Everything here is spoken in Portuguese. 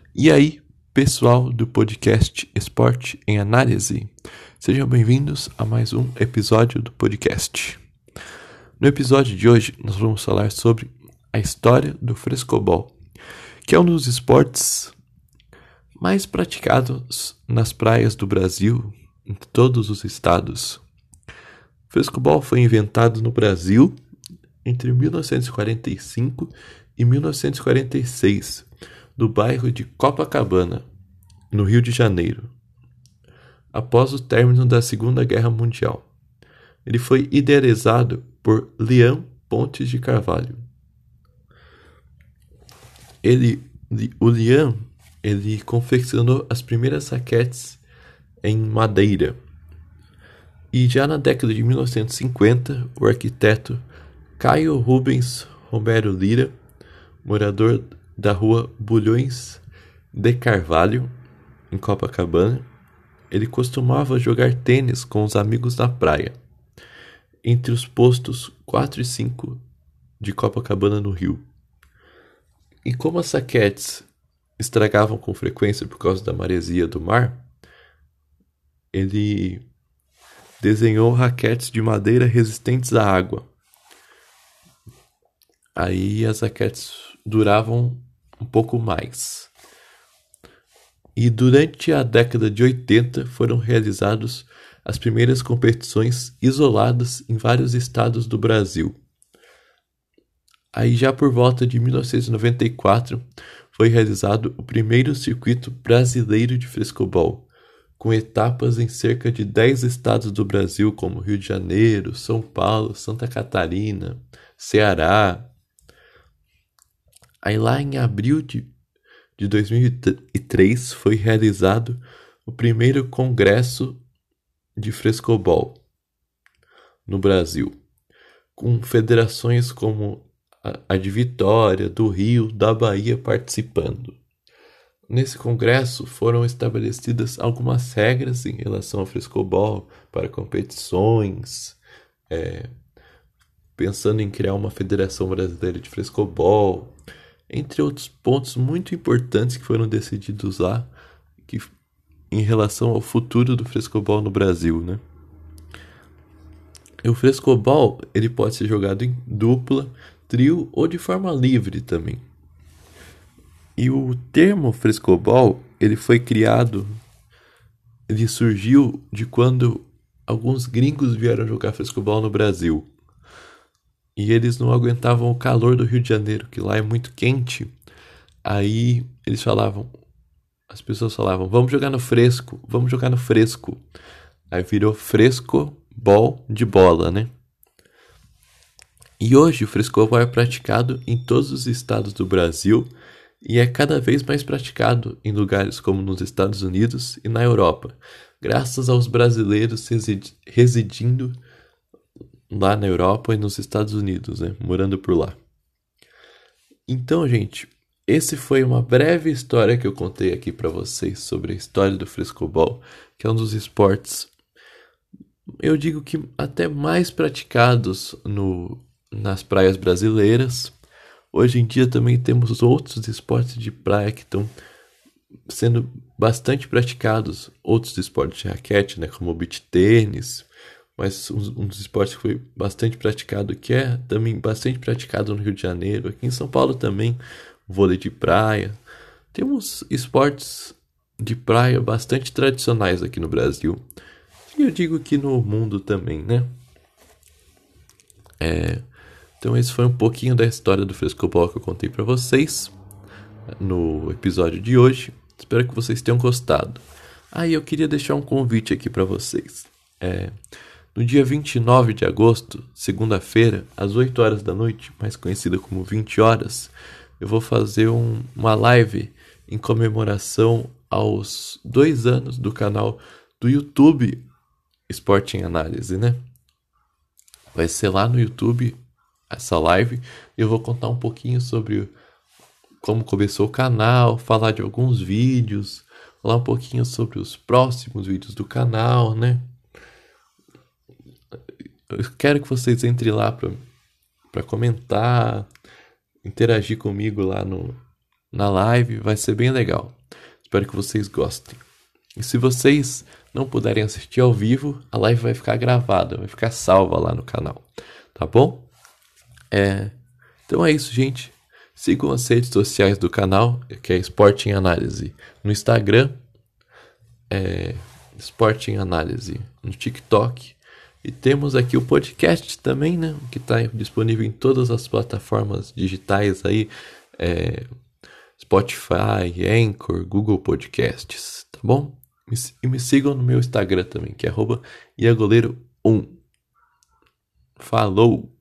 E aí, pessoal do podcast Esporte em Análise, sejam bem-vindos a mais um episódio do podcast. No episódio de hoje, nós vamos falar sobre a história do frescobol, que é um dos esportes mais praticados nas praias do Brasil, em todos os estados. O frescobol foi inventado no Brasil entre 1945 e 1946, do bairro de Copacabana, no Rio de Janeiro, após o término da Segunda Guerra Mundial. Ele foi idealizado por Leão Pontes de Carvalho. O Leão, ele confeccionou as primeiras raquetes em madeira. E já na década de 1950, o arquiteto Caio Rubens Romero Lira, morador da rua Bulhões de Carvalho, em Copacabana, ele costumava jogar tênis com os amigos na praia, entre os postos 4 e 5 de Copacabana, no Rio. E como as raquetes estragavam com frequência por causa da maresia do mar, ele desenhou raquetes de madeira resistentes à água. Aí as raquetes duravam um pouco mais. E durante a década de 80 foram realizadas as primeiras competições isoladas em vários estados do Brasil. Aí já por volta de 1994 foi realizado o primeiro circuito brasileiro de frescobol, com etapas em cerca de 10 estados do Brasil, como Rio de Janeiro, São Paulo, Santa Catarina, Ceará. Aí lá em abril de 2003 foi realizado o primeiro congresso de frescobol no Brasil, com federações como a de Vitória, do Rio, da Bahia participando. Nesse congresso foram estabelecidas algumas regras em relação ao frescobol para competições, pensando em criar uma Federação Brasileira de Frescobol, entre outros pontos muito importantes que foram decididos lá, em relação ao futuro do frescobol no Brasil, né? E o frescobol, ele pode ser jogado em dupla, trio ou de forma livre também. E o termo frescobol, ele surgiu de quando alguns gringos vieram jogar frescobol no Brasil. E eles não aguentavam o calor do Rio de Janeiro, que lá é muito quente. Aí as pessoas falavam, vamos jogar no fresco, vamos jogar no fresco. Aí virou frescobol de bola, né? E hoje o frescobol é praticado em todos os estados do Brasil e é cada vez mais praticado em lugares como nos Estados Unidos e na Europa, graças aos brasileiros residindo lá na Europa e nos Estados Unidos, né? Morando por lá. Então, gente, esse foi uma breve história que eu contei aqui para vocês sobre a história do frescobol, que é um dos esportes, eu digo que até mais praticados nas praias brasileiras. Hoje em dia também temos outros esportes de praia que estão sendo bastante praticados, outros esportes de raquete, né, como o beach tênis, mas um dos esportes que foi bastante praticado, que é também bastante praticado no Rio de Janeiro, aqui em São Paulo também, vôlei de praia. Temos esportes de praia bastante tradicionais aqui no Brasil, e eu digo que no mundo também, né? Então esse foi um pouquinho da história do frescobol que eu contei para vocês no episódio de hoje. Espero que vocês tenham gostado. E eu queria deixar um convite aqui para vocês. No dia 29 de agosto, segunda-feira, às 8 horas da noite, mais conhecida como 20 horas, eu vou fazer uma live em comemoração aos 2 anos do canal do YouTube Esporte em Análise, né? Vai ser lá no YouTube essa live e eu vou contar um pouquinho sobre como começou o canal, falar de alguns vídeos, falar um pouquinho sobre os próximos vídeos do canal, né? Eu quero que vocês entrem lá para comentar, interagir comigo lá na live, vai ser bem legal. Espero que vocês gostem. E se vocês não puderem assistir ao vivo, a live vai ficar gravada, vai ficar salva lá no canal, tá bom? Então é isso, gente. Sigam as redes sociais do canal, que é Esporte em Análise. No Instagram, Esporte em Análise. No TikTok. E temos aqui o podcast também, né? Que está disponível em todas as plataformas digitais aí. Spotify, Anchor, Google Podcasts, tá bom? E me sigam no meu Instagram também, que é @iagoleiro1. Falou!